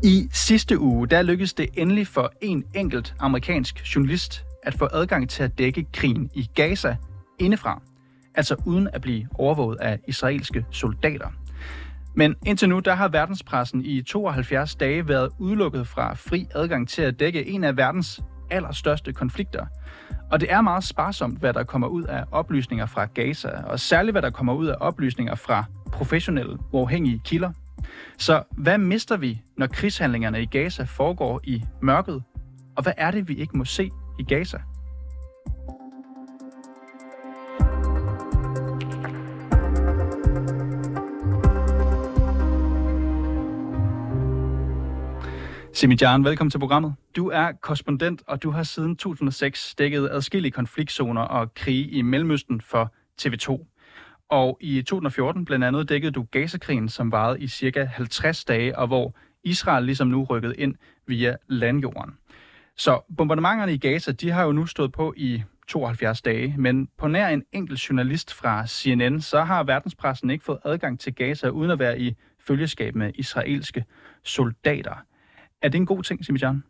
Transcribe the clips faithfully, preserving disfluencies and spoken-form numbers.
I sidste uge, der lykkedes det endelig for en enkelt amerikansk journalist at få adgang til at dække krigen i Gaza indefra. Altså uden at blive overvåget af israelske soldater. Men indtil nu, der har verdenspressen i tooghalvfjerds dage været udelukket fra fri adgang til at dække en af verdens allerstørste konflikter. Og det er meget sparsomt, hvad der kommer ud af oplysninger fra Gaza, og særligt hvad der kommer ud af oplysninger fra professionelle, uafhængige kilder. Så hvad mister vi, når krigshandlingerne i Gaza foregår i mørket? Og hvad er det, vi ikke må se i Gaza? Simijan, velkommen til programmet. Du er korrespondent, og du har siden to tusind og seks dækket adskillige konfliktzoner og krige i Mellemøsten for T V to. Og i to tusind og fjorten blandt andet dækkede du Gaza-krigen, som varede i cirka halvtreds dage, og hvor Israel ligesom nu rykkede ind via landjorden. Så bombardementerne i Gaza, de har jo nu stået på i tooghalvfjerds dage, men på nær en enkelt journalist fra C N N, så har verdenspressen ikke fået adgang til Gaza, uden at være i følgeskab med israelske soldater. Er det en god ting, Simijan?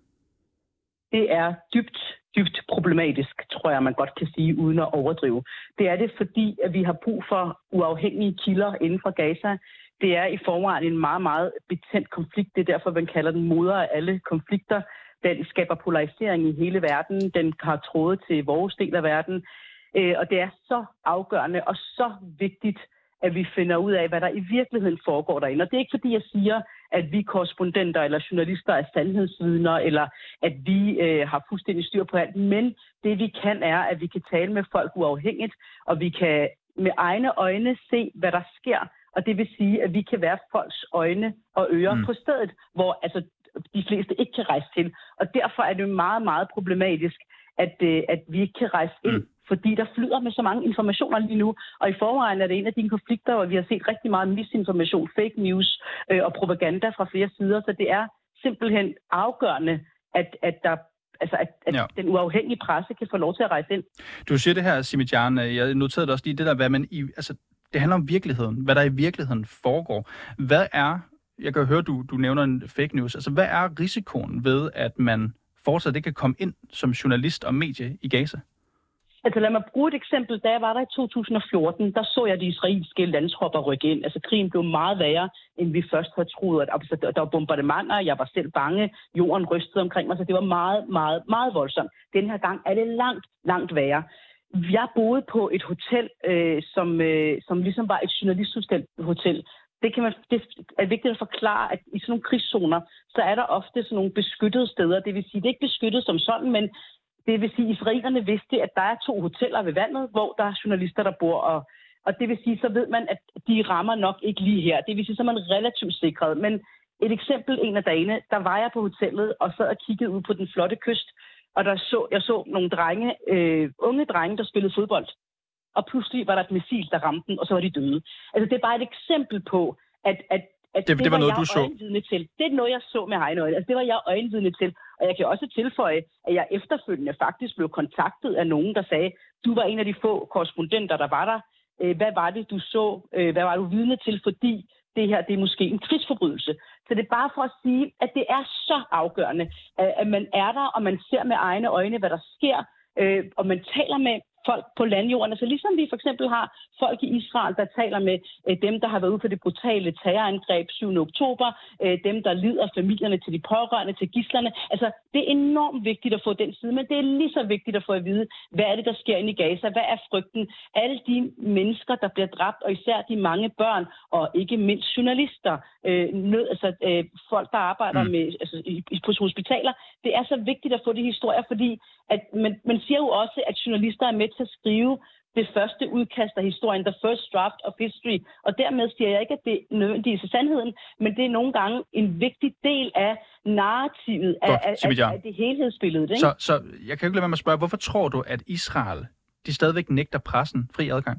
Det er dybt, dybt problematisk, tror jeg, man godt kan sige, uden at overdrive. Det er det, fordi at vi har brug for uafhængige kilder inden for Gaza. Det er i forvejen en meget, meget betændt konflikt. Det er derfor, man kalder den moder af alle konflikter. Den skaber polarisering i hele verden. Den har tråde til vores del af verden. Og det er så afgørende og så vigtigt, at vi finder ud af, hvad der i virkeligheden foregår derinde. Og det er ikke fordi, jeg siger, at vi korrespondenter eller journalister er sandhedsvidner, eller at vi øh, har fuldstændig styr på alt. Men det vi kan er, at vi kan tale med folk uafhængigt, og vi kan med egne øjne se, hvad der sker. Og det vil sige, at vi kan være folks øjne og ører mm. på stedet, hvor altså, de fleste ikke kan rejse til. Og derfor er det meget, meget problematisk, at, øh, at vi ikke kan rejse ind. Mm. Fordi der flyder med så mange informationer lige nu, og i forvejen er det en af de konflikter, hvor vi har set rigtig meget misinformation, fake news øh, og propaganda fra flere sider, så det er simpelthen afgørende, at, at, der, altså at, at ja. den uafhængige presse kan få lov til at rejse ind. Du siger det her, Simijan, jeg noterede det også lige, det der, hvad man i, altså det handler om virkeligheden, hvad der i virkeligheden foregår. Hvad er, jeg kan høre, du, du nævner en fake news, altså hvad er risikoen ved, at man fortsat ikke kan komme ind som journalist og medie i Gaza? Altså lad mig bruge et eksempel. Da jeg var der i to tusind og fjorten, der så jeg de israelske landtropper rykke ind. Altså krigen blev meget værre, end vi først havde troet. Altså, der var bombardementer, jeg var selv bange, jorden rystede omkring mig, så det var meget, meget, meget voldsomt. Den her gang er det langt, langt værre. Jeg boede på et hotel, øh, som, øh, som ligesom var et journalisthotel. Det, kan man, det er vigtigt at forklare, at i sådan nogle krigszoner, så er der ofte sådan nogle beskyttede steder. Det vil sige, det er ikke beskyttet som sådan, men det vil sige, at israelerne vidste, at der er to hoteller ved vandet, hvor der er journalister, der bor. Og, og det vil sige, så ved man, at de rammer nok ikke lige her. Det vil sige, så er man relativt sikret. Men et eksempel en af dagene, der var jeg på hotellet og sad og kiggede ud på den flotte kyst. Og der så, jeg så nogle drenge, øh, unge drenge, der spillede fodbold. Og pludselig var der et missil, der ramte den, og så var de døde. Altså det er bare et eksempel på, at, at At det, det, det var, var noget, jeg du så. øjenvidne til. Det er noget, jeg så med egne øjne. Altså, det var jeg øjenvidne til. Og jeg kan også tilføje, at jeg efterfølgende faktisk blev kontaktet af nogen, der sagde, du var en af de få korrespondenter, der var der. Hvad var det, du så? Hvad var du vidne til? Fordi det her, det er måske en krigsforbrydelse. Så det er bare for at sige, at det er så afgørende, at man er der, og man ser med egne øjne, hvad der sker, og man taler med folk på landjorden. Så ligesom vi for eksempel har folk i Israel, der taler med øh, dem, der har været ude for det brutale terrorangreb syvende oktober, øh, dem, der lider, familierne til de pårørende, til gidslerne. Altså, det er enormt vigtigt at få den side, men det er lige så vigtigt at få at vide, hvad er det, der sker inde i Gaza? Hvad er frygten? Alle de mennesker, der bliver dræbt, og især de mange børn, og ikke mindst journalister, øh, nød, altså øh, folk, der arbejder mm. med, altså, i, på hospitaler. Det er så vigtigt at få de historier, fordi at man, man siger jo også, at journalister er med til at skrive det første udkast af historien, the first draft of history. Og dermed siger jeg ikke, at det er nødvendigvis sandheden, men det er nogle gange en vigtig del af narrativet, Godt, af, af, af det helhedsbillede. Ikke? Så, så jeg kan jo ikke lade være med at spørge, hvorfor tror du, at Israel de stadigvæk nægter pressen fri adgang?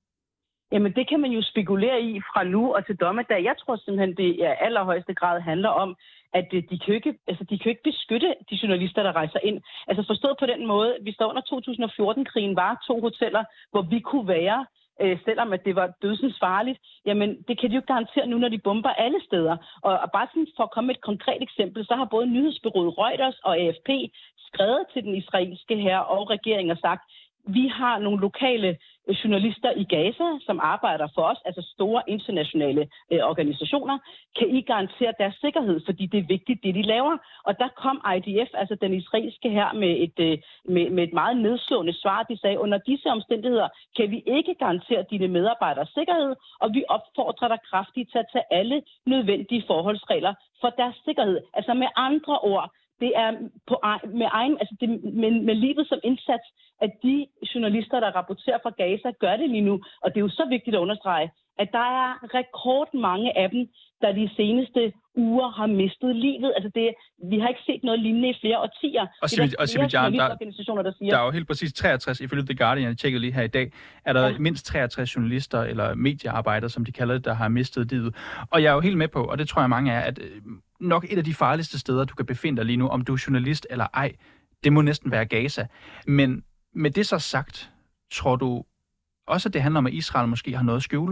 Jamen, det kan man jo spekulere i fra nu og til dommedag. Jeg tror simpelthen, det i allerhøjeste grad handler om, at de kan jo ikke, altså, de kan jo ikke beskytte de journalister, der rejser ind. Altså forstået på den måde, vi står under to tusind og fjorten-krigen, var to hoteller, hvor vi kunne være øh, selvom at det var dødsensfarligt, jamen det kan de jo garantere nu, når de bomber alle steder. Og, og bare sådan for at komme med et konkret eksempel, så har både nyhedsbureauet Reuters og A F P skrevet til den israelske hær og regering og sagt, vi har nogle lokale journalister i Gaza, som arbejder for os, altså store internationale øh, organisationer. Kan I garantere deres sikkerhed, fordi det er vigtigt, det de laver? Og der kom I D F, altså den israelske hær, med et, øh, med, med et meget nedslående svar. De sagde, under disse omstændigheder kan vi ikke garantere dine medarbejderes sikkerhed, og vi opfordrer dig kraftigt til at tage alle nødvendige forholdsregler for deres sikkerhed. Altså med andre ord, det er på, med, egen, altså det, med, med livet som indsats, at de journalister, der rapporterer fra Gaza, gør det lige nu. Og det er jo så vigtigt at understrege, at der er rekordmange af dem, der de seneste uger har mistet livet. Altså det, vi har ikke set noget lignende i flere årtier. Og Simijan, der, der, der er jo helt præcis treogtres, ifølge The Guardian, jeg tjekkede lige her i dag, er der ja. mindst treogtres journalister eller mediearbejdere, som de kalder det, der har mistet livet. Og jeg er jo helt med på, og det tror jeg mange er, at nok et af de farligste steder, du kan befinde dig lige nu, om du er journalist eller ej, det må næsten være Gaza. Men med det så sagt, tror du også, at det handler om, at Israel måske har noget at skjule?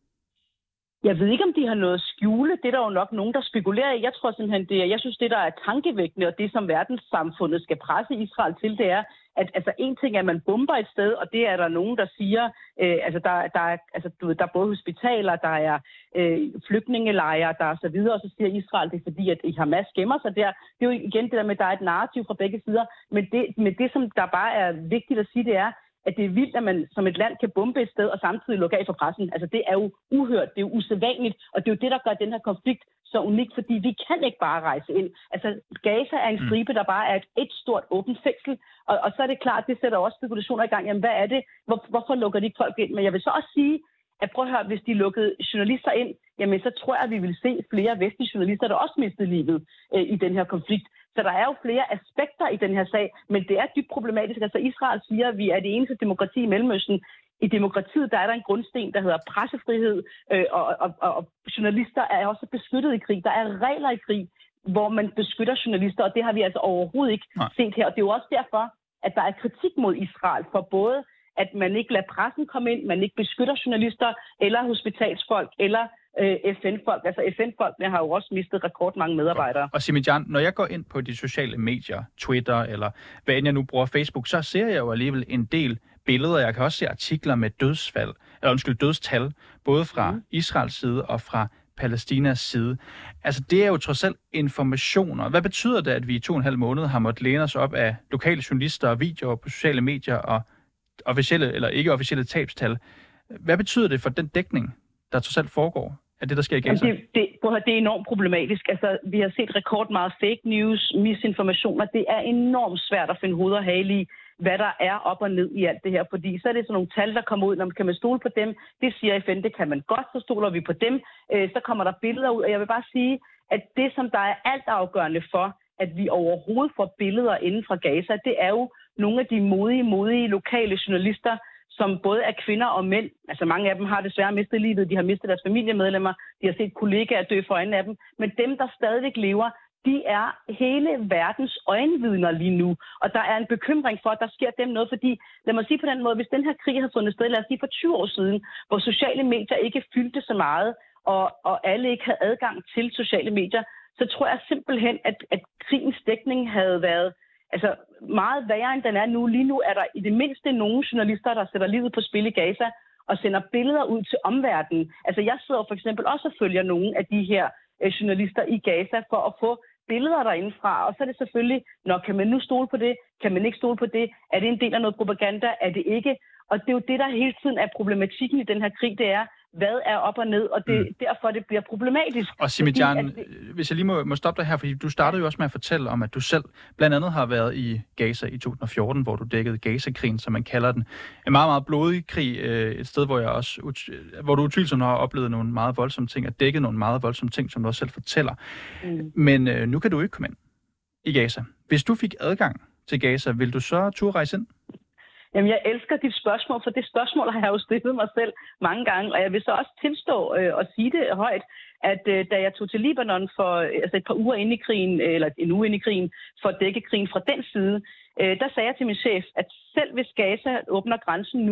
Jeg ved ikke, om de har noget at skjule. Det er der jo nok nogen, der spekulerer i. Jeg tror simpelthen, det er, jeg synes, det der er tankevækkende, og det som verdenssamfundet skal presse Israel til, det er, at altså, en ting er, at man bomber et sted, og det er der nogen, der siger, øh, altså, der, der, er, altså, du ved, der er både hospitaler, der er øh, flygtningelejre, der er så videre, og så siger Israel, det er fordi, at Hamas gemmer sig der. Det er jo igen det der med, at der er et narrativ fra begge sider, men det, men det som der bare er vigtigt at sige, det er, at det er vildt, at man som et land kan bombe et sted og samtidig lukke af for pressen. Altså det er jo uhørt, det er jo usædvanligt, og det er jo det, der gør den her konflikt så unik, fordi vi kan ikke bare rejse ind. Altså Gaza er en stribe, der bare er et, et stort åbent fængsel, og, og så er det klart, det sætter også spekulationer i gang. Jamen hvad er det? Hvor, hvorfor lukker de ikke folk ind? Men jeg vil så også sige, at prøv at høre, hvis de lukkede journalister ind, jamen så tror jeg, at vi vil se flere vestlige journalister, der også mistede livet øh, i den her konflikt. Så der er jo flere aspekter i den her sag, men det er dybt problematisk. Altså Israel siger, at vi er det eneste demokrati i Mellemøsten. I demokratiet der er der en grundsten, der hedder pressefrihed, øh, og, og, og, og journalister er også beskyttet i krig. Der er regler i krig, hvor man beskytter journalister, og det har vi altså overhovedet ikke Nej. set her. Og det er jo også derfor, at der er kritik mod Israel for både, at man ikke lader pressen komme ind, man ikke beskytter journalister, eller hospitalsfolk, eller F N-folk. Altså F N-folkene har jo også mistet rekordmange medarbejdere. Og Simijan, når jeg går ind på de sociale medier, Twitter eller hvad end jeg nu bruger, Facebook, så ser jeg jo alligevel en del billeder. Jeg kan også se artikler med dødsfald, eller undskyld, dødstal, både fra mm. Israels side og fra Palæstinas side. Altså det er jo trods alt informationer. Hvad betyder det, at vi i to og en halv måned har måttet læne os op af lokale journalister og videoer på sociale medier og officielle eller ikke officielle tabstal? Hvad betyder det for den dækning, der trods alt foregår? Er det, der sker i Gaza? Det, det, det er enormt problematisk. Altså, vi har set rekord meget fake news, misinformationer. Det er enormt svært at finde hoved og hale i, hvad der er op og ned i alt det her. Fordi så er det sådan nogle tal, der kommer ud. Når man kan man stole på dem? Det siger F N, det kan man godt, så stoler vi på dem. Øh, så kommer der billeder ud, og jeg vil bare sige, at det, som der er altafgørende for, at vi overhovedet får billeder inden fra Gaza, det er jo nogle af de modige, modige lokale journalister, som både er kvinder og mænd. Altså mange af dem har desværre mistet livet, de har mistet deres familiemedlemmer, de har set kollegaer dø for øjnene af dem. Men dem, der stadigvæk lever, de er hele verdens øjenvidner lige nu. Og der er en bekymring for, at der sker dem noget, fordi, lad mig sige på den måde, hvis den her krig havde fundet sted, lad os sige for tyve år siden, hvor sociale medier ikke fyldte så meget, og, og alle ikke havde adgang til sociale medier, så tror jeg simpelthen, at, at krigens dækning havde været altså meget værre, end den er nu. Lige nu er der i det mindste nogle journalister, der sætter livet på spil i Gaza og sender billeder ud til omverdenen. Altså jeg sidder for eksempel også og følger nogle af de her øh, journalister i Gaza for at få billeder derindefra. Og så er det selvfølgelig, når kan man nu stole på det? Kan man ikke stole på det? Er det en del af noget propaganda? Er det ikke? Og det er jo det, der hele tiden er problematikken i den her krig, det er, hvad er op og ned, og det er mm. derfor, det bliver problematisk. Og Simijan, det... hvis jeg lige må, må stoppe dig her, fordi du startede jo også med at fortælle om, at du selv blandt andet har været i Gaza i to tusind og fjorten, hvor du dækkede Gaza-krigen, som man kalder den. En meget, meget blodig krig, et sted, hvor, jeg også, hvor du utvivlsomt har oplevet nogle meget voldsomme ting, og dækket nogle meget voldsomme ting, som du også selv fortæller. Mm. Men øh, nu kan du ikke komme ind i Gaza. Hvis du fik adgang til Gaza, vil du så turde rejse ind? Jamen, jeg elsker dit spørgsmål, for det spørgsmål har jeg jo stillet mig selv mange gange, og jeg vil så også tilstå øh, og sige det højt, at øh, da jeg tog til Libanon for altså et par uger inde i krigen, eller en uge inde i krigen, for at dække krigen fra den side, øh, der sagde jeg til min chef, at selv hvis Gaza åbner grænsen nu,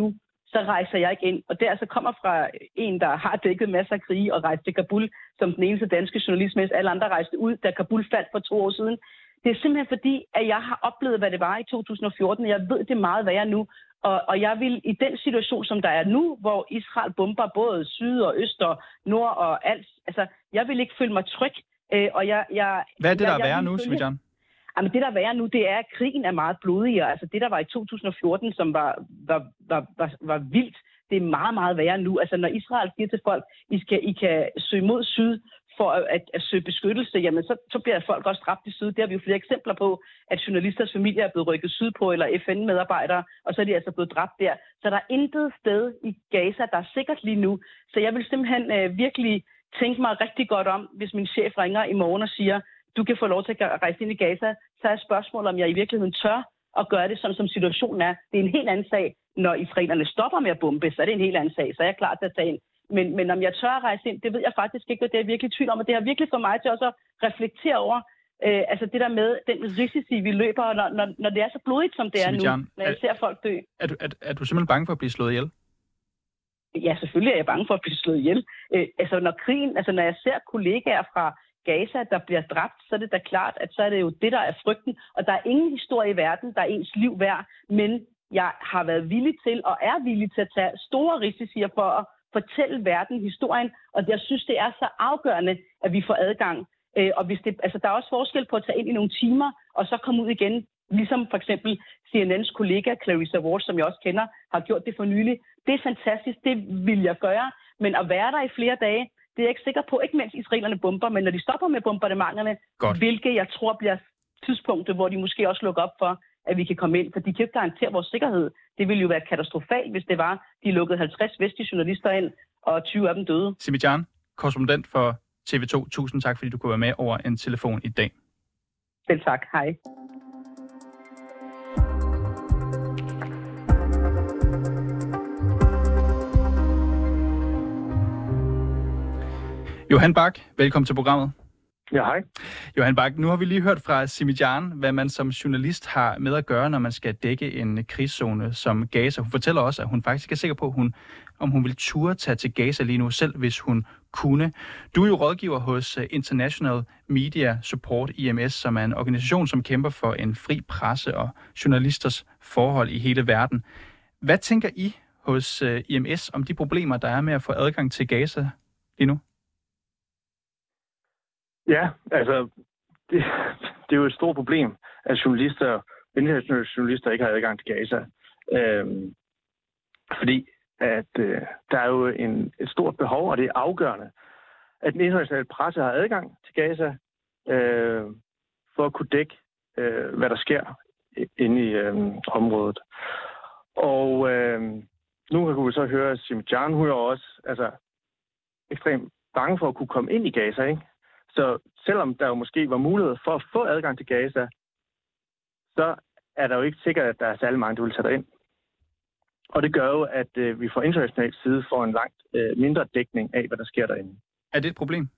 så rejser jeg ikke ind. Og det altså kommer fra en, der har dækket masser af krige og rejst til Kabul som den eneste danske journalist, mens alle andre rejste ud, da Kabul faldt for to år siden. Det er simpelthen fordi, at jeg har oplevet, hvad det var i to tusind og fjorten, og jeg ved det meget værre nu. Og, og jeg vil i den situation, som der er nu, hvor Israel bomber både syd og øst og nord og alt, altså, jeg vil ikke føle mig tryg. Øh, og jeg, jeg, hvad er det, der jeg, er værre jeg nu, Simijan? Jamen, det, der er værre nu, det er, at krigen er meget blodigere. Altså, det, der var i to tusind og fjorten, som var, var, var, var, var vildt, det er meget, meget værre nu. Altså, når Israel siger til folk, I, skal, I kan søge mod syd for at, at, at søge beskyttelse, jamen, så, så bliver folk også dræbt i syd. Det har vi jo flere eksempler på, at journalisters familie er blevet rykket sydpå, eller F N-medarbejdere, og så er de altså blevet dræbt der. Så der er intet sted i Gaza, der er sikkert lige nu. Så jeg vil simpelthen øh, virkelig tænke mig rigtig godt om, hvis min chef ringer i morgen og siger, du kan få lov til at rejse ind i Gaza, så er spørgsmålet, om jeg i virkeligheden tør at gøre det, sådan som situationen er. Det er en helt anden sag. Når israelerne stopper med at bombe, så er det en helt anden sag. Så er jeg klar til at tage ind. Men, men om jeg tør at rejse ind, det ved jeg faktisk ikke, og det er jeg virkelig tvivl om. Og det har virkelig for mig til også at reflektere over, øh, altså det der med den risici, vi løber, når, når, når det er så blodigt, som det er Simijan, nu, når jeg ser folk dø. Er du, er, er du simpelthen bange for at blive slået ihjel? Ja, selvfølgelig er jeg bange for at blive slået ihjel. Øh, altså når krigen, altså når jeg ser kollegaer fra Gaza, der bliver dræbt, så er det da klart, at så er det jo det, der er frygten. Og der er ingen historie i verden, der er ens liv værd, men jeg har været villig til, og er villig til at tage store risici for at fortælle verden historien, og jeg synes, det er så afgørende, at vi får adgang. Og hvis det, altså, der er også forskel på at tage ind i nogle timer, og så komme ud igen, ligesom for eksempel C N N's kollega Clarissa Ward, som jeg også kender, har gjort det for nylig. Det er fantastisk, det vil jeg gøre, men at være der i flere dage, det er jeg ikke sikker på, ikke mens israelerne bomber, men når de stopper med bombardementerne, Godt. Hvilket jeg tror bliver tidspunktet, hvor de måske også lukker op for, at vi kan komme ind, for de kan ikke garantere vores sikkerhed. Det ville jo være katastrofalt, hvis det var, de lukkede halvtreds vestlige journalister ind, og tyve af dem døde. Simijan, korrespondent for T V to, tusind tak, fordi du kunne være med over en telefon i dag. Selv tak. Hej. Johan Bak, velkommen til programmet. Ja, hej. Johan Bak, nu har vi lige hørt fra Simijan, hvad man som journalist har med at gøre, når man skal dække en krigszone som Gaza. Hun fortæller også, at hun faktisk er sikker på, hun, om hun vil turde tage til Gaza lige nu selv, hvis hun kunne. Du er jo rådgiver hos International Media Support, I M S, som er en organisation, som kæmper for en fri presse og journalisters forhold i hele verden. Hvad tænker I hos I M S om de problemer, der er med at få adgang til Gaza lige nu? Ja, altså, det, det er jo et stort problem, at journalister, internationale journalister ikke har adgang til Gaza. Øhm, fordi at øh, der er jo en, et stort behov, og det er afgørende, at den internationale presse har adgang til Gaza, øh, for at kunne dække, øh, hvad der sker inde i øh, området. Og øh, nu kan vi så høre, at Simijan, hun er også altså, ekstremt bange for at kunne komme ind i Gaza, ikke? Så selvom der jo måske var mulighed for at få adgang til Gaza, så er der jo ikke sikkert, at der er særlig mange, der vil tage ind. Og det gør jo, at øh, vi fra international side får en langt øh, mindre dækning af, hvad der sker derinde. Er det et problem?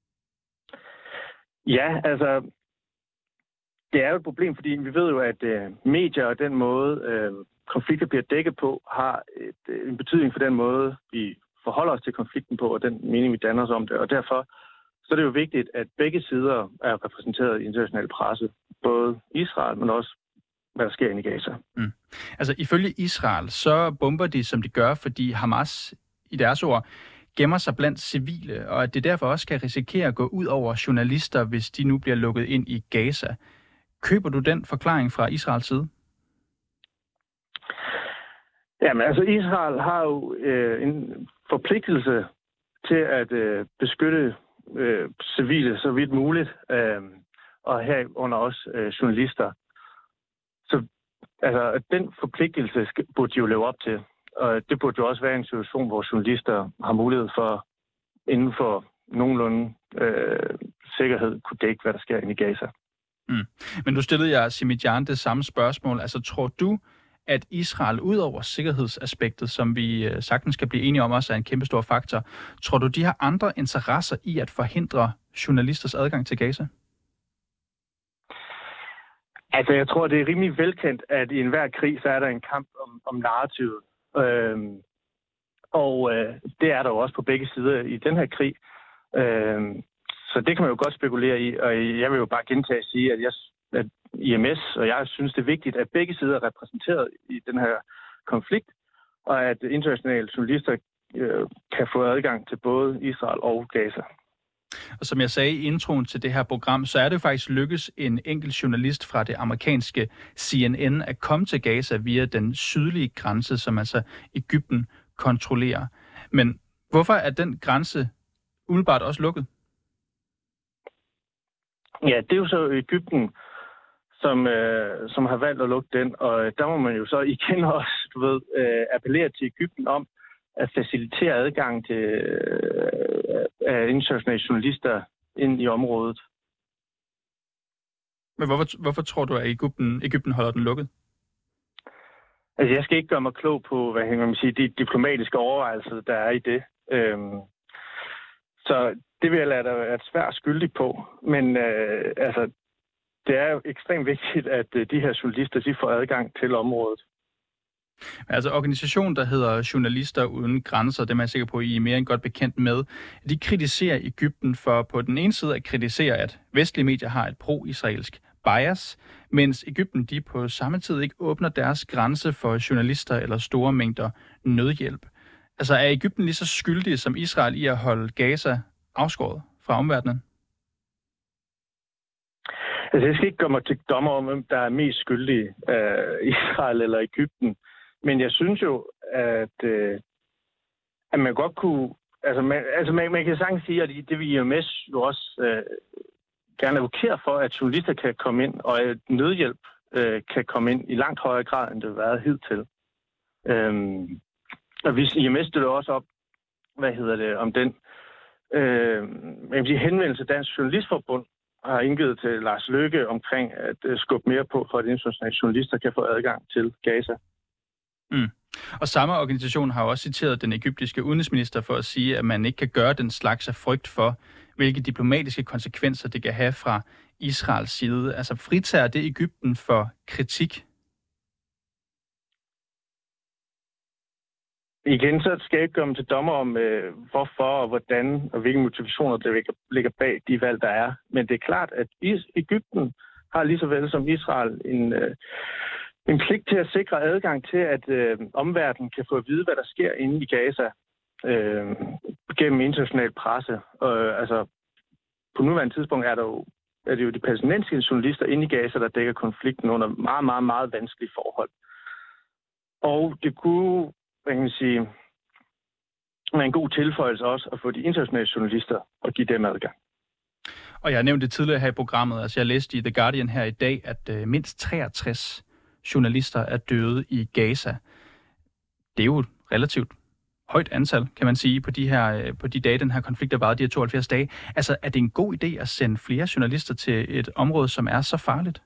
Ja, altså, det er jo et problem, fordi vi ved jo, at øh, medier og den måde, øh, konflikter bliver dækket på, har et, øh, en betydning for den måde, vi forholder os til konflikten på, og den mening, vi danner os om det. Og derfor så er det jo vigtigt, at begge sider er repræsenteret i international presse. Både Israel, men også, hvad der sker inde i Gaza. Mm. Altså, ifølge Israel, så bomber de, som de gør, fordi Hamas, i deres ord, gemmer sig blandt civile, og at det derfor også kan risikere at gå ud over journalister, hvis de nu bliver lukket ind i Gaza. Køber du den forklaring fra Israels side? Jamen, altså, Israel har jo øh, en forpligtelse til at øh, beskytte Øh, civile så vidt muligt, øh, og herunder også øh, journalister. Så altså, den forpligtelse skal, burde de jo leve op til. Og det burde jo også være en situation, hvor journalister har mulighed for, inden for nogenlunde øh, sikkerhed, kunne dække, hvad der sker inde i Gaza. Mm. Men du stillede jeg, Simijan, det samme spørgsmål. Altså, tror du, at Israel, ud over sikkerhedsaspektet, som vi øh, sagtens skal blive enige om også er en kæmpestor faktor, tror du, de har andre interesser i at forhindre journalisters adgang til Gaza? Altså, jeg tror, det er rimelig velkendt, at i enhver krig, så er der en kamp om, om narrativet. Øh, og øh, det er der jo også på begge sider i den her krig. Øh, så det kan man jo godt spekulere i, og jeg vil jo bare gentage at sige, at, jeg, at I M S og jeg synes, det er vigtigt, at begge sider er repræsenteret i den her konflikt, og at internationale journalister øh, kan få adgang til både Israel og Gaza. Og som jeg sagde i introen til det her program, så er det faktisk lykkes en enkelt journalist fra det amerikanske C N N at komme til Gaza via den sydlige grænse, som altså Egypten kontrollerer. Men hvorfor er den grænse umiddelbart også lukket? Ja, det er jo så Egypten, som, øh, som har valgt at lukke den, og der må man jo så igen også, du ved, øh, appellere til Egypten om at facilitere adgang til øh, internationale journalister ind i området. Men hvorfor, hvorfor tror du, at Egypten, Egypten holder den lukket? Altså, jeg skal ikke gøre mig klog på, hvad kan man sige, de diplomatiske overvejelser, der er i det. Øhm, så det vil jeg lade dig være svært skyldig på. Men øh, altså, det er jo ekstremt vigtigt, at øh, de her journalister, de får adgang til området. Altså organisationen, der hedder Journalister Uden Grænser, det er jeg sikker på, at I er mere end godt bekendt med, de kritiserer Egypten for på den ene side at kritisere, at vestlige medier har et pro-israelsk bias, mens Egypten de på samme tid ikke åbner deres grænse for journalister eller store mængder nødhjælp. Altså er Egypten lige så skyldig som Israel i at holde Gaza afskåret fra omverdenen? Altså jeg skal ikke gøre mig til dommer om, hvem der er mest skyldig, uh, Israel eller Egypten. Men jeg synes jo, at, øh, at man godt kunne... Altså, man, altså man, man kan sagtens sige, at det vil I M S jo også øh, gerne advokere for, at journalister kan komme ind, og at nødhjælp øh, kan komme ind i langt højere grad, end det har været hidtil. Øhm, og hvis I M S støtter også op, hvad hedder det, om den øh, man sige, henvendelse Dansk Journalistforbund har indgivet til Lars Løkke omkring at øh, skubbe mere på, for at internationale journalister kan få adgang til Gaza. Mm. Og samme organisation har også citeret den egyptiske udenrigsminister for at sige, at man ikke kan gøre den slags af frygt for, hvilke diplomatiske konsekvenser det kan have fra Israels side. Altså fritager det Egypten for kritik? Igen, så skal jeg ikke gøre mig til dommer om, øh, hvorfor og hvordan og hvilke motivationer der ligger bag de valg, der er. Men det er klart, at Egypten har lige så vel som Israel en... Øh, En pligt til at sikre adgang til, at øh, omverdenen kan få at vide, hvad der sker inde i Gaza øh, gennem international presse. Øh, altså, på nuværende tidspunkt er, der jo, er det jo de palæstinensiske journalister inde i Gaza, der dækker konflikten under meget, meget, meget vanskelige forhold. Og det kunne, hvad kan man sige, være en god tilføjelse også at få de internationale journalister og give dem adgang. Og jeg nævnte det tidligere her i programmet, altså jeg læste i The Guardian her i dag, at øh, mindst treogtres journalister er døde i Gaza. Det er jo et relativt højt antal, kan man sige, på de her på de dage, den her konflikt har varet, de her tooghalvfjerds dage. Altså, er det en god idé at sende flere journalister til et område, som er så farligt?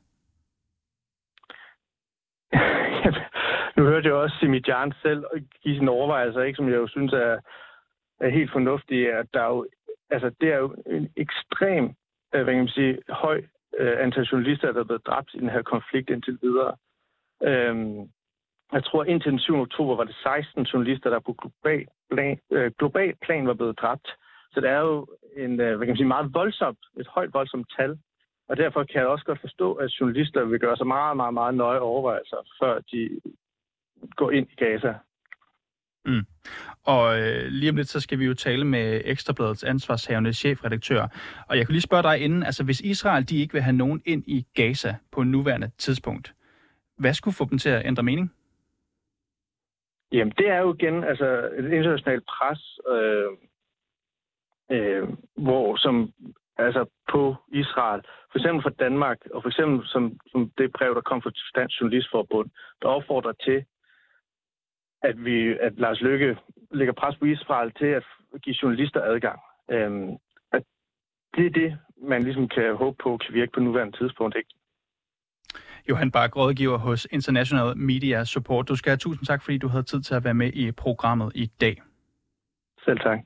Nu hørte jeg også Simi Jan selv give sine overvejelser, ikke, som jeg jo synes er, er helt fornuftige. At der er jo, altså, det er jo en ekstrem, hvad kan man sige, høj antal journalister, der er blevet dræbt i den her konflikt indtil videre. Øhm, jeg tror, indtil den syvende oktober var det seksten journalister, der på global plan, øh, global plan var blevet dræbt. Så det er jo en, hvad kan man sige, meget voldsomt, et højt voldsomt tal. Og derfor kan jeg også godt forstå, at journalister vil gøre sig meget, meget, meget nøje overvejelser, før de går ind i Gaza. Mm. Og øh, lige om lidt, så skal vi jo tale med Ekstrabladets ansvarshavende chefredaktør. Og jeg kan lige spørge dig inden, altså hvis Israel de ikke vil have nogen ind i Gaza på nuværende tidspunkt, hvad skulle få dem til at ændre mening? Jamen, det er jo igen altså et internationalt pres, øh, øh, hvor som altså på Israel, for eksempel fra Danmark, og for eksempel som, som det brev, der kom fra Dansk Journalistforbund, der opfordrer til, at vi, at Lars Løkke lægger pres på Israel til at give journalister adgang. Øh, at det er det, man ligesom kan håbe på, kan virke på nuværende tidspunkt, ikke? Johan Bak, rådgiver hos International Media Support. Du skal have tusind tak, fordi du havde tid til at være med i programmet i dag. Selv tak.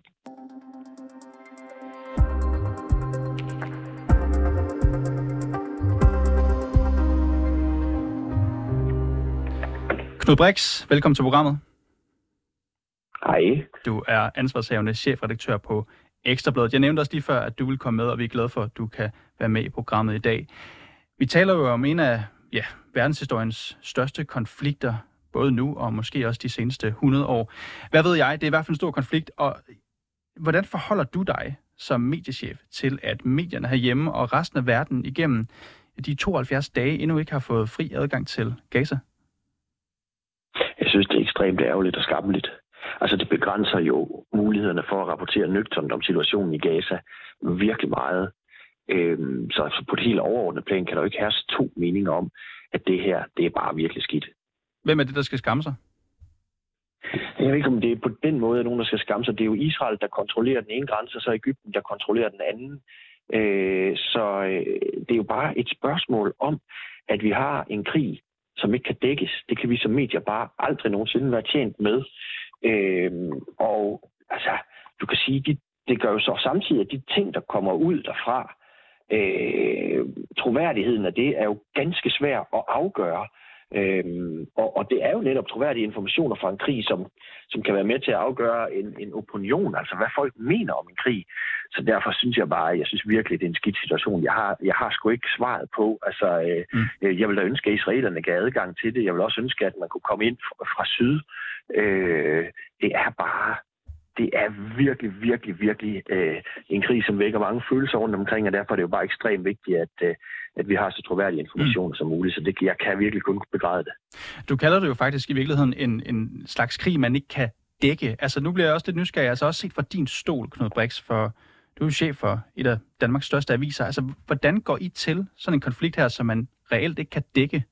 Knud Brix, velkommen til programmet. Hej. Du er ansvarshavende chefredaktør på Ekstrabladet. Jeg nævnte også lige før, at du vil komme med, og vi er glade for, at du kan være med i programmet i dag. Vi taler jo om en af ja, verdenshistoriens største konflikter, både nu og måske også de seneste hundrede år. Hvad ved jeg? Det er i hvert fald en stor konflikt, og hvordan forholder du dig som mediechef til, at medierne herhjemme og resten af verden igennem de tooghalvfjerds dage endnu ikke har fået fri adgang til Gaza? Jeg synes, det er ekstremt ærgerligt og skammeligt. Altså, det begrænser jo mulighederne for at rapportere nøgternt om situationen i Gaza virkelig meget. Øhm, så altså, på et helt overordnet plan kan der jo ikke herske to meninger om, at det her, det er bare virkelig skidt. Hvem er det, der skal skamme sig? Jeg ved ikke, om det er på den måde, at nogen, der skal skamme sig. Det er jo Israel, der kontrollerer den ene grænse, og så Egypten, der kontrollerer den anden. Øh, så øh, det er jo bare et spørgsmål om, at vi har en krig, som ikke kan dækkes. Det kan vi som medier bare aldrig nogensinde være tjent med. Øh, og altså, du kan sige, de, det gør jo så samtidig, at de ting, der kommer ud derfra, øh, troværdigheden af det er jo ganske svær at afgøre. Øhm, og, og det er jo netop troværdige informationer fra en krig, som, som kan være med til at afgøre en, en opinion, altså hvad folk mener om en krig. Så derfor synes jeg bare, jeg synes virkelig, det er en skidt situation. Jeg har, jeg har sgu ikke svaret på. Altså, øh, mm. jeg vil da ønske, at israelerne gav adgang til det. Jeg vil også ønske, at man kunne komme ind fra, fra syd. Øh, det er bare... Det er virkelig, virkelig, virkelig øh, en krig, som vækker mange følelser rundt omkring, og derfor er det jo bare ekstremt vigtigt, at, øh, at vi har så troværdige informationer mm. som muligt, så det, jeg kan virkelig kun begræde det. Du kalder det jo faktisk i virkeligheden en, en slags krig, man ikke kan dække. Altså nu bliver jeg også lidt nysgerrig, altså også set fra din stol, Knud Brix, for du er jo chef for et af Danmarks største aviser. Altså hvordan går I til sådan en konflikt her, som man reelt ikke kan dække?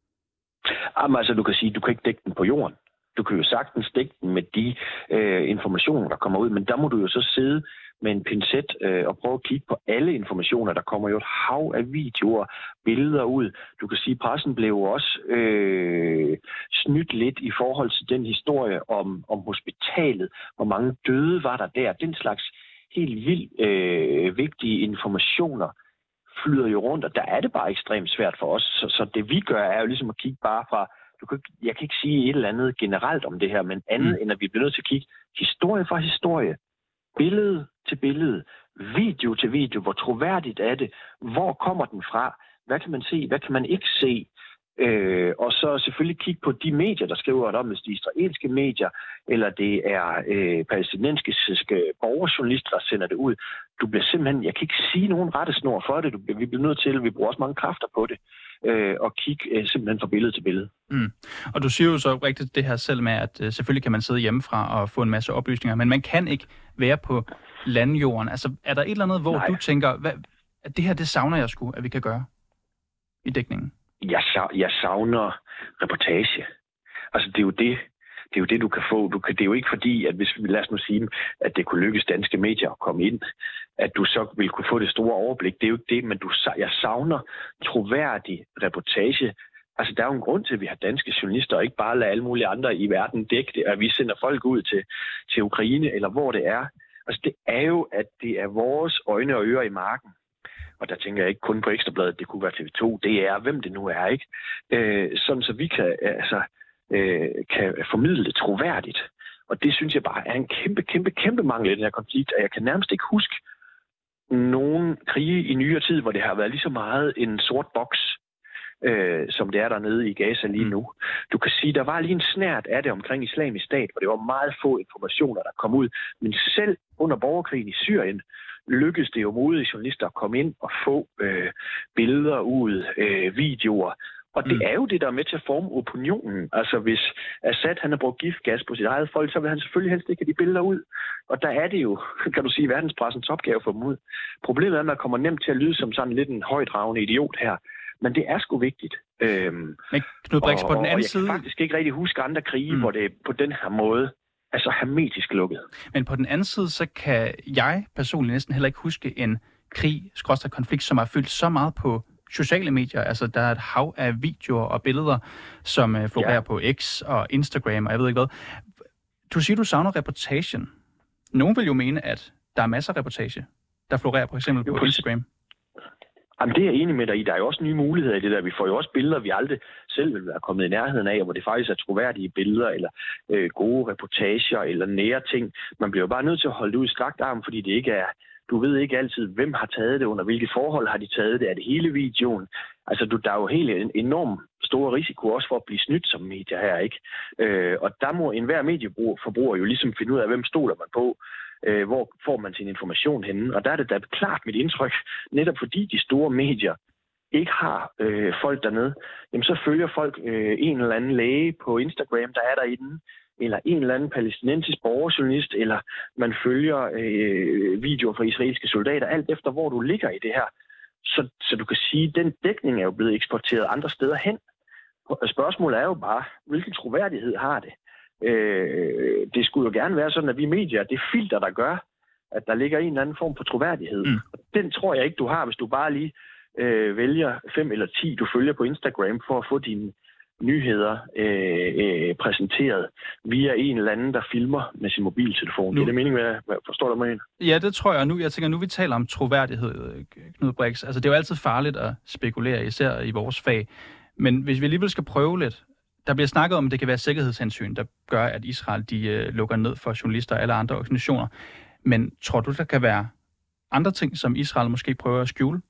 Jamen altså, du kan sige, du kan ikke dække den på jorden. Du kan jo sagtens dække den med de øh, informationer, der kommer ud, men der må du jo så sidde med en pincet øh, og prøve at kigge på alle informationer. Der kommer jo et hav af videoer, billeder ud. Du kan sige, at pressen blev jo også øh, snydt lidt i forhold til den historie om, om hospitalet. Hvor mange døde var der der? Den slags helt vildt øh, vigtige informationer flyder jo rundt, og der er det bare ekstremt svært for os. Så, så det vi gør, er jo ligesom at kigge bare fra Du kan, jeg kan ikke sige et eller andet generelt om det her, men andet mm. end at vi bliver nødt til at kigge historie for historie, billede til billede, video til video, hvor troværdigt er det, hvor kommer den fra, hvad kan man se, hvad kan man ikke se, øh, og så selvfølgelig kigge på de medier, der skriver om, hvis de israelske medier, eller det er øh, palæstinensiske borgerjournalister, der sender det ud. Du bliver simpelthen, jeg kan ikke sige nogen rettesnor for det, du, vi bliver nødt til, vi bruger også mange kræfter på det, øh, og kigge øh, simpelthen fra billede til billede. Mm. Og du siger jo så rigtigt det her selv med, at øh, selvfølgelig kan man sidde hjemmefra og få en masse oplysninger, men man kan ikke være på landjorden. Altså er der et eller andet, hvor Nej. du tænker, hvad, at det her, det savner jeg sgu, at vi kan gøre i dækningen? Jeg, jeg savner reportage. Altså det er jo det, det er jo det, du kan få. Du kan, det er jo ikke fordi, at hvis vi lad os nu sige, at det kunne lykkes danske medier at komme ind, at du så vil kunne få det store overblik. Det er jo ikke det, men du, jeg savner troværdig reportage. Altså, der er jo en grund til, at vi har danske journalister, og ikke bare lade alle mulige andre i verden dække det, at vi sender folk ud til, til Ukraine, eller hvor det er. Altså, det er jo, at det er vores øjne og ører i marken. Og der tænker jeg ikke kun på Ekstrabladet, det kunne være T V to, det er, hvem det nu er, ikke? Øh, sådan, så vi kan, altså, øh, kan formidle det troværdigt. Og det synes jeg bare er en kæmpe, kæmpe, kæmpe mangel i den her konflikt, og jeg kan nærmest ikke huske nogen krige i nyere tid, hvor det har været lige så meget en sort boks, øh, som det er dernede i Gaza lige nu. Du kan sige, der var lige en snært af det omkring Islamisk Stat, hvor det var meget få informationer, der kom ud. Men selv under borgerkrigen i Syrien, lykkedes det jo modige journalister at komme ind og få øh, billeder ud, øh, videoer. Og det er jo det, der er med til at forme opinionen. Altså hvis Assad han har brugt giftgas på sit eget folk, så vil han selvfølgelig helst ikke have de billeder ud. Og der er det jo, kan du sige, verdenspressens opgave for dem ud. Problemet er, at man kommer nemt til at lyde som sådan lidt en højdragende idiot her. Men det er sgu vigtigt. Øhm, Men Knud Brix, på den anden og jeg side... kan faktisk ikke rigtig huske andre krige, mm. hvor det er på den her måde altså hermetisk lukket. Men på den anden side, så kan jeg personligt næsten heller ikke huske en krig, skråstreg konflikt, som har fyldt så meget på sociale medier. Altså, der er et hav af videoer og billeder, som uh, florerer ja. på X og Instagram, og jeg ved ikke hvad. Du siger, du savner reportagen. Nogen vil jo mene, at der er masser af reportage, der florerer for eksempel jo, på Instagram. Jamen, det er jeg enig med dig i. Der er jo også nye muligheder i det der. Vi får jo også billeder, vi aldrig selv vil være kommet i nærheden af, hvor det faktisk er troværdige billeder, eller øh, gode reportager, eller nære ting. Man bliver jo bare nødt til at holde det ud i strakt arm, fordi det ikke er... Du ved ikke altid, hvem har taget det, under hvilke forhold har de taget det, er det hele videoen. Altså, du, der er jo helt en enorm stor risiko også for at blive snydt som medier her, ikke? Øh, og der må enhver medieforbruger jo ligesom finde ud af, hvem stoler man på, øh, hvor får man sin information henne. Og der er det da klart mit indtryk, netop fordi de store medier ikke har øh, folk dernede, jamen så følger folk øh, en eller anden læge på Instagram, der er derinde, eller en eller anden palæstinensisk borgerjournalist, eller man følger øh, videoer fra israelske soldater, alt efter hvor du ligger i det her. Så, så du kan sige, at den dækning er jo blevet eksporteret andre steder hen. Spørgsmålet er jo bare, hvilken troværdighed har det? Øh, det skulle jo gerne være sådan, at vi medier, det filter, der gør, at der ligger en eller anden form for troværdighed. Mm. Den tror jeg ikke, du har, hvis du bare lige øh, vælger fem eller ti, du følger på Instagram, for at få dine nyheder øh, øh, præsenteret via en eller anden, der filmer med sin mobiltelefon. Nu. Det er det mening med, forstår du mig? Ja, det tror jeg nu. Jeg tænker, nu vi taler om troværdighed, Knud Brix. Altså, det er jo altid farligt at spekulere, især i vores fag. Men hvis vi alligevel skal prøve lidt, der bliver snakket om, at det kan være sikkerhedshensyn, der gør, at Israel de øh, lukker ned for journalister og alle andre organisationer. Men tror du, der kan være andre ting, som Israel måske prøver at skjule?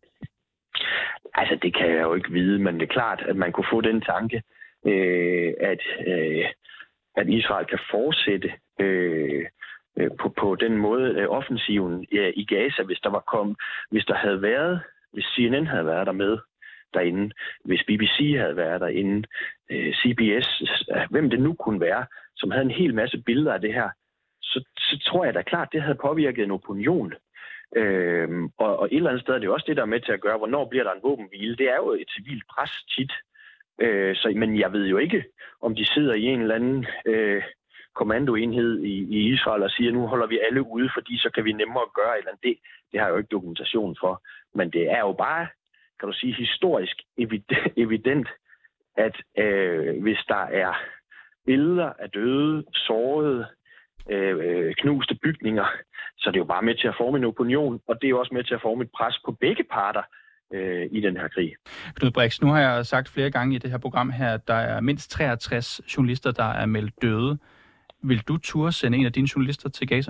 Altså, det kan jeg jo ikke vide, men det er klart, at man kunne få den tanke, øh, at, øh, at Israel kan fortsætte øh, øh, på, på den måde øh, offensiven øh, i Gaza, hvis der var kommet, hvis der havde været, hvis C N N havde været der med derinde, hvis B B C havde været derinde, øh, C B S, øh, hvem det nu kunne være, som havde en hel masse billeder af det her, så, så tror jeg da klart, det havde påvirket en opinion. Øhm, og, og et eller andet sted er det jo også det, der er med til at gøre, hvornår bliver der en våbenhvile. Det er jo et civilt pres tit. Øh, så, men jeg ved jo ikke, om de sidder i en eller anden øh, kommandoenhed i, i Israel og siger, nu holder vi alle ude, fordi så kan vi nemmere gøre eller det. Det har jeg jo ikke dokumentation for. Men det er jo bare, kan du sige, historisk evident, at øh, hvis der er billeder af døde, sårede, øh, knuste bygninger, så det er jo bare med til at forme en opinion, og det er jo også med til at forme et pres på begge parter øh, i den her krig. Knud Brix, nu har jeg sagt flere gange i det her program her, at der er mindst treogtres journalister, der er meldt døde. Vil du turde sende en af dine journalister til Gaza?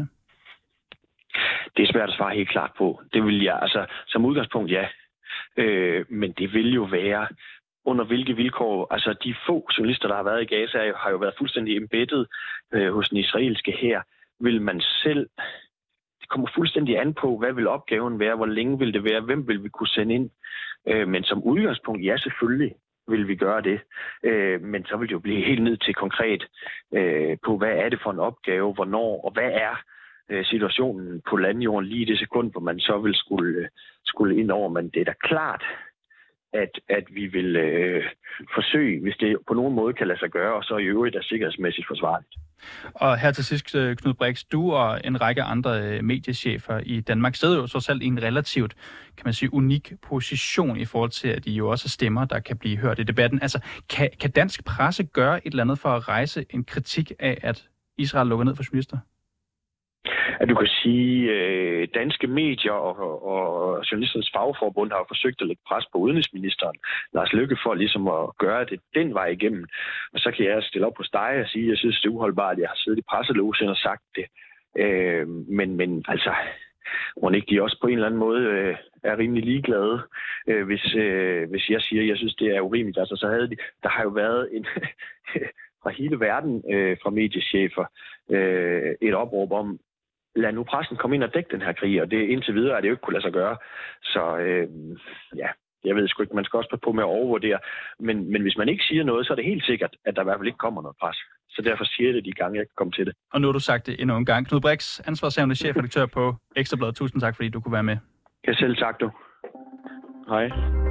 Det er svært at svare helt klart på. Det vil jeg, altså som udgangspunkt ja. Øh, men det vil jo være under hvilke vilkår. Altså de få journalister, der har været i Gaza, har jo været fuldstændig embedded øh, hos den israelske hær. Vil man selv... Det kommer fuldstændig an på, hvad vil opgaven være, hvor længe vil det være, hvem vil vi kunne sende ind. Øh, men som udgangspunkt, ja selvfølgelig vil vi gøre det. Øh, men så vil det jo blive helt ned til konkret øh, på, hvad er det for en opgave, hvornår, og hvad er øh, situationen på landjorden lige i det sekund, hvor man så vil skulle, skulle ind over. Men det er da klart, at, at vi vil øh, forsøge, hvis det på nogen måde kan lade sig gøre, og så i øvrigt er sikkerhedsmæssigt forsvarligt. Og her til sidst, Knud Brix, du og en række andre mediechefer i Danmark sidder jo så selv i en relativt, kan man sige, unik position i forhold til, at I jo også stemmer, der kan blive hørt i debatten. Altså, kan, kan dansk presse gøre et eller andet for at rejse en kritik af, at Israel lukker ned for journalister? At du kan sige, at danske medier og, og journalisternes fagforbund har forsøgt at lægge pres på udenrigsministeren, Lars Løkke, for ligesom at gøre det den vej igennem. Og så kan jeg stille op på dig og sige, at jeg synes, det er uholdbart, at jeg har siddet i presselogen og sagt det. Øh, men, men altså, må ikke de også på en eller anden måde øh, er rimelig ligeglade, øh, hvis, øh, hvis jeg siger, at jeg synes, det er urimeligt. Altså, så havde de, der har jo været en fra hele verden, øh, fra mediechefer, øh, et opråb om, lad nu pressen komme ind og dække den her krig, og det indtil videre er det jo ikke kunne lade sig gøre. Så øh, ja, jeg ved sgu ikke, man skal også passe på med at overvurdere. Men, men hvis man ikke siger noget, så er det helt sikkert, at der i hvert fald ikke kommer noget pres. Så derfor siger jeg det de gange, jeg kan komme til det. Og nu har du sagt det endnu en gang. Knud Brix, ansvarshavende chefredaktør på Ekstra Bladet. Tusind tak, fordi du kunne være med. Ja, selv tak du. Hej.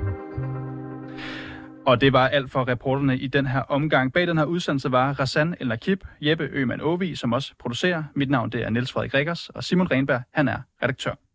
Og det var alt for reporterne i den her omgang. Bag den her udsendelse var Razan El Nakib, Jeppe Øman Åvig, som også producerer. Mit navn det er Niels Frederik Rikkers, og Simon Renberg, han er redaktør.